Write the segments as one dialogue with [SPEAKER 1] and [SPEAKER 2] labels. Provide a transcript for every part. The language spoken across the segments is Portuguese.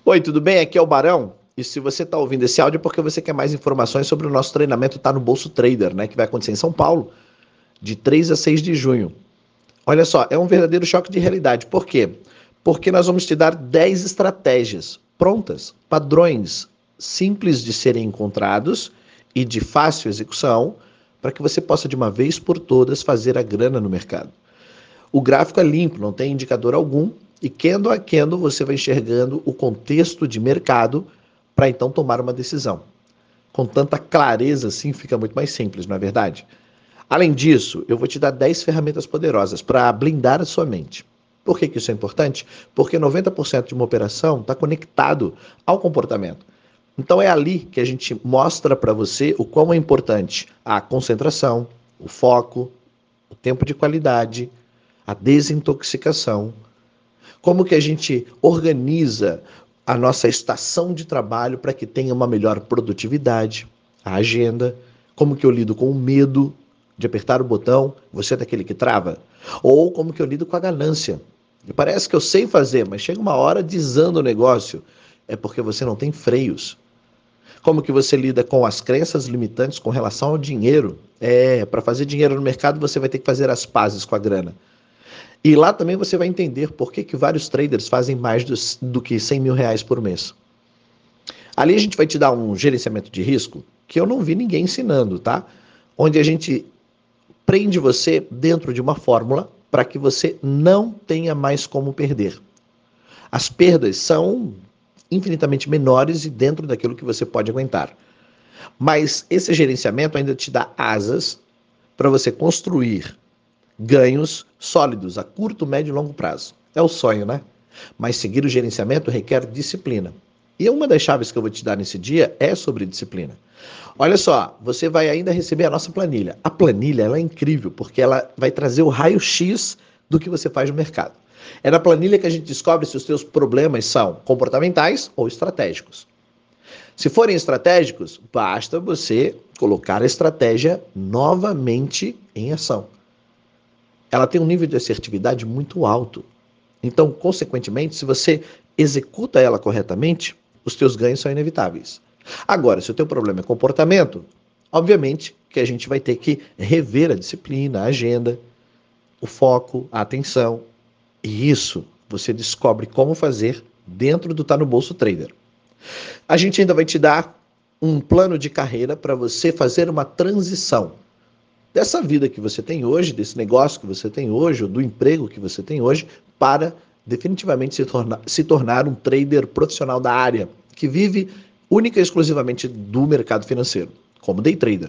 [SPEAKER 1] Oi, tudo bem? Aqui é o Barão. E se você está ouvindo esse áudio é porque você quer mais informações sobre o nosso treinamento Tá no Bolso Trader, né? Que vai acontecer em São Paulo, de 3 a 6 de junho. Olha só, é um verdadeiro choque de realidade. Por quê? Porque nós vamos te dar 10 estratégias prontas, padrões simples de serem encontrados e de fácil execução, para que você possa de uma vez por todas fazer a grana no mercado. O gráfico é limpo, não tem indicador algum, e candle a candle você vai enxergando o contexto de mercado para então tomar uma decisão. Com tanta clareza assim fica muito mais simples, não é verdade? Além disso, eu vou te dar 10 ferramentas poderosas para blindar a sua mente. Por que isso é importante? Porque 90% de uma operação está conectado ao comportamento. Então é ali que a gente mostra para você o quão é importante a concentração, o foco, o tempo de qualidade, a desintoxicação, como que a gente organiza a nossa estação de trabalho para que tenha uma melhor produtividade, a agenda, como que eu lido com o medo de apertar o botão, você é daquele que trava, ou como que eu lido com a ganância. E parece que eu sei fazer, mas chega uma hora desanda o negócio, é porque você não tem freios. Como que você lida com as crenças limitantes com relação ao dinheiro? Para fazer dinheiro no mercado você vai ter que fazer as pazes com a grana. E lá também você vai entender por que vários traders fazem mais do que 100 mil reais por mês. Ali a gente vai te dar um gerenciamento de risco que eu não vi ninguém ensinando, tá? Onde a gente prende você dentro de uma fórmula para que você não tenha mais como perder. As perdas são infinitamente menores e dentro daquilo que você pode aguentar. Mas esse gerenciamento ainda te dá asas para você construir ganhos sólidos a curto, médio e longo prazo. É o sonho, né? Mas seguir o gerenciamento requer disciplina. E uma das chaves que eu vou te dar nesse dia é sobre disciplina. Olha só, você vai ainda receber a nossa planilha. A planilha ela é incrível porque ela vai trazer o raio-x do que você faz no mercado. É na planilha que a gente descobre se os seus problemas são comportamentais ou estratégicos. Se forem estratégicos, basta você colocar a estratégia novamente em ação. Ela tem um nível de assertividade muito alto. Então, consequentemente, se você executa ela corretamente, os teus ganhos são inevitáveis. Agora, se o teu problema é comportamento, obviamente que a gente vai ter que rever a disciplina, a agenda, o foco, a atenção. E isso você descobre como fazer dentro do Tá no Bolso Trader. A gente ainda vai te dar um plano de carreira para você fazer uma transição dessa vida que você tem hoje, desse negócio que você tem hoje, ou do emprego que você tem hoje, para definitivamente se tornar um trader profissional da área, que vive única e exclusivamente do mercado financeiro, como day trader.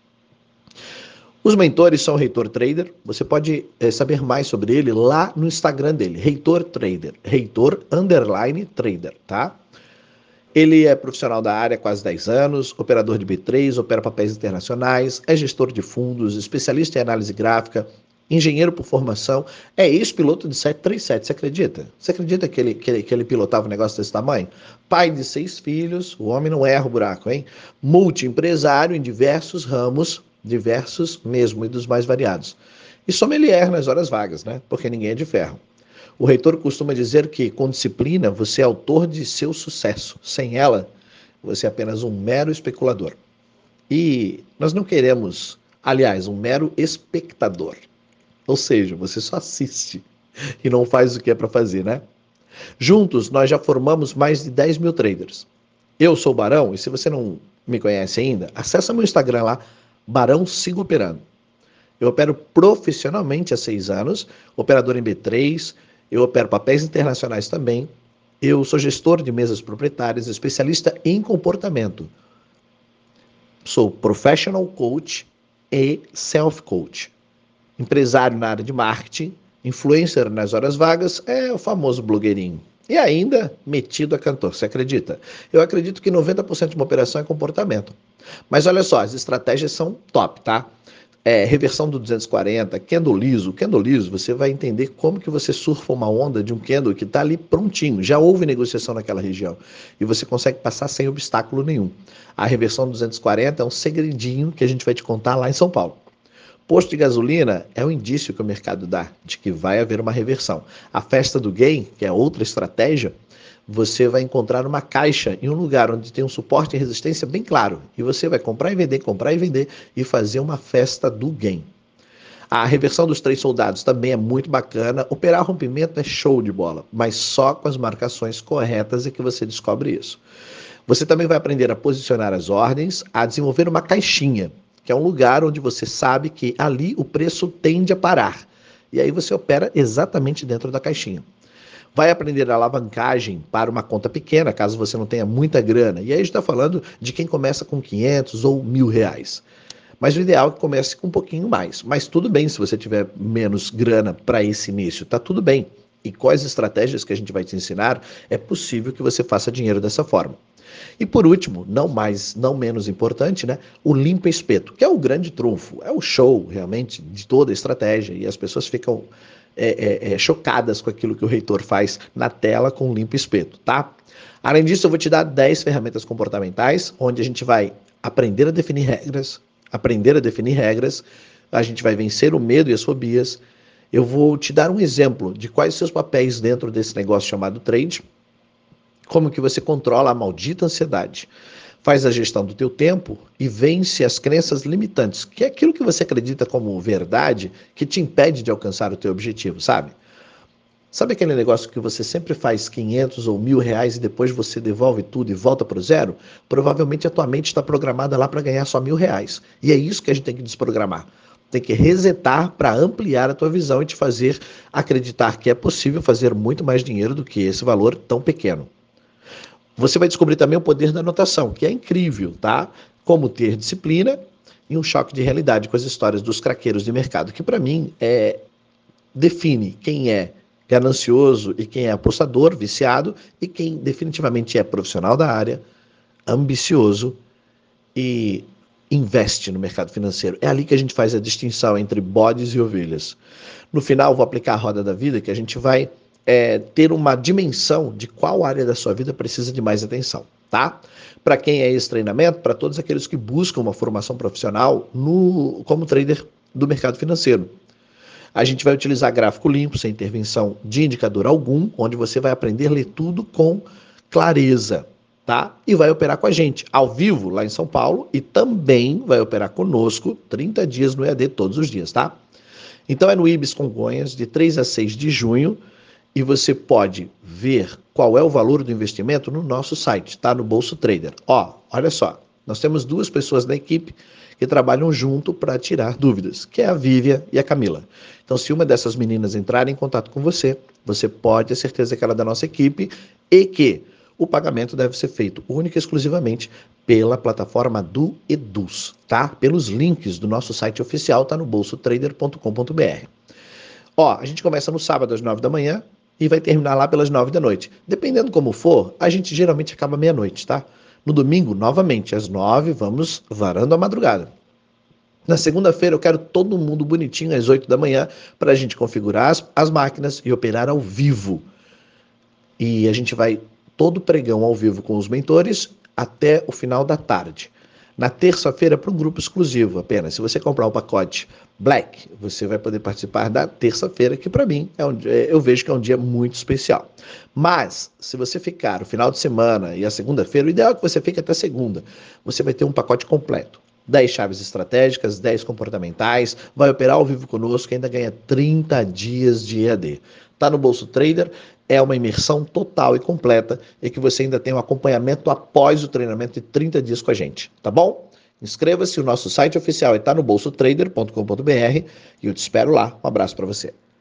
[SPEAKER 1] Os mentores são o Reitor Trader, você pode saber mais sobre ele lá no Instagram dele, Reitor Trader, Reitor_Trader, tá? Ele é profissional da área há quase 10 anos, operador de B3, opera papéis internacionais, é gestor de fundos, especialista em análise gráfica, engenheiro por formação, é ex-piloto de 737, você acredita? Você acredita que ele pilotava um negócio desse tamanho? Pai de 6 filhos, o homem não erra o buraco, hein? Multiempresário em diversos ramos, diversos mesmo, e dos mais variados. E sommelier nas horas vagas, né? Porque ninguém é de ferro. O reitor costuma dizer que, com disciplina, você é autor de seu sucesso. Sem ela, você é apenas um mero especulador. E nós não queremos, aliás, um mero espectador. Ou seja, você só assiste e não faz o que é para fazer, né? Juntos, nós já formamos mais de 10 mil traders. Eu sou o Barão, e se você não me conhece ainda, acessa meu Instagram lá, Barão Sigo Operando. Eu opero profissionalmente há 6 anos, operador em B3, eu opero papéis internacionais também. Eu sou gestor de mesas proprietárias, especialista em comportamento. Sou professional coach e self-coach. Empresário na área de marketing, influencer nas horas vagas, é o famoso blogueirinho. E ainda metido a cantor, você acredita? Eu acredito que 90% de uma operação é comportamento. Mas olha só, as estratégias são top, tá? Reversão do 240, candle liso. Candle liso, você vai entender como que você surfa uma onda de um candle que está ali prontinho. Já houve negociação naquela região. E você consegue passar sem obstáculo nenhum. A reversão do 240 é um segredinho que a gente vai te contar lá em São Paulo. Posto de gasolina é um indício que o mercado dá de que vai haver uma reversão. A festa do gain, que é outra estratégia, você vai encontrar uma caixa em um lugar onde tem um suporte e resistência bem claro. E você vai comprar e vender e fazer uma festa do game. A reversão dos 3 soldados também é muito bacana. Operar rompimento é show de bola, mas só com as marcações corretas é que você descobre isso. Você também vai aprender a posicionar as ordens, a desenvolver uma caixinha, que é um lugar onde você sabe que ali o preço tende a parar. E aí você opera exatamente dentro da caixinha. Vai aprender a alavancagem para uma conta pequena, caso você não tenha muita grana. E aí a gente está falando de quem começa com 500 ou R$ 1.000. Mas o ideal é que comece com um pouquinho mais. Mas tudo bem se você tiver menos grana para esse início, tá tudo bem. E quais estratégias que a gente vai te ensinar, é possível que você faça dinheiro dessa forma. E por último, não menos importante, né, o limpa espeto, que é o grande trunfo, é o show realmente de toda a estratégia e as pessoas ficam chocadas com aquilo que o reitor faz na tela com o limpa espeto, tá? Além disso, eu vou te dar 10 ferramentas comportamentais, onde a gente vai aprender a definir regras, a gente vai vencer o medo e as fobias. Eu vou te dar um exemplo de quais seus papéis dentro desse negócio chamado trade, como que você controla a maldita ansiedade, faz a gestão do teu tempo e vence as crenças limitantes, que é aquilo que você acredita como verdade que te impede de alcançar o teu objetivo, sabe? Sabe aquele negócio que você sempre faz 500 ou R$ 1.000 e depois você devolve tudo e volta para o zero? Provavelmente a tua mente está programada lá para ganhar só R$ 1.000. E é isso que a gente tem que desprogramar. Tem que resetar para ampliar a tua visão e te fazer acreditar que é possível fazer muito mais dinheiro do que esse valor tão pequeno. Você vai descobrir também o poder da anotação, que é incrível, tá? Como ter disciplina e um choque de realidade com as histórias dos craqueiros de mercado, que para mim define quem é ganancioso e quem é apostador, viciado, e quem definitivamente é profissional da área, ambicioso e investe no mercado financeiro. É ali que a gente faz a distinção entre bodes e ovelhas. No final, vou aplicar a roda da vida, que a gente vai ter uma dimensão de qual área da sua vida precisa de mais atenção, tá? Para quem é esse treinamento, para todos aqueles que buscam uma formação profissional como trader do mercado financeiro. A gente vai utilizar gráfico limpo, sem intervenção de indicador algum, onde você vai aprender a ler tudo com clareza, tá? E vai operar com a gente, ao vivo, lá em São Paulo, e também vai operar conosco 30 dias no EAD todos os dias, tá? Então é no Ibis Congonhas, de 3 a 6 de junho, e você pode ver qual é o valor do investimento no nosso site, tá? No Bolso Trader. Ó, olha só, nós temos 2 pessoas na equipe que trabalham junto para tirar dúvidas, que é a Vívia e a Camila. Então, se uma dessas meninas entrar em contato com você, você pode ter certeza que ela é da nossa equipe e que o pagamento deve ser feito única e exclusivamente pela plataforma do Eduz, tá? Pelos links do nosso site oficial, tá no bolsotrader.com.br. Ó, a gente começa no sábado às 9 da manhã e vai terminar lá pelas 9 da noite. Dependendo como for, a gente geralmente acaba meia-noite, tá? No domingo, novamente, às 9, vamos varando a madrugada. Na segunda-feira, eu quero todo mundo bonitinho às 8 da manhã para a gente configurar as máquinas e operar ao vivo. E a gente vai todo pregão ao vivo com os mentores até o final da tarde. Na terça-feira, para um grupo exclusivo apenas. Se você comprar o pacote Black, você vai poder participar da terça-feira, que para mim eu vejo que é um dia muito especial. Mas, se você ficar o final de semana e a segunda-feira, o ideal é que você fique até segunda. Você vai ter um pacote completo. 10 chaves estratégicas, 10 comportamentais, vai operar ao vivo conosco e ainda ganha 30 dias de EAD. Tá no Bolso Trader, é uma imersão total e completa e que você ainda tem um acompanhamento após o treinamento de 30 dias com a gente, tá bom? Inscreva-se, o nosso site oficial está no bolsotrader.com.br e eu te espero lá. Um abraço para você.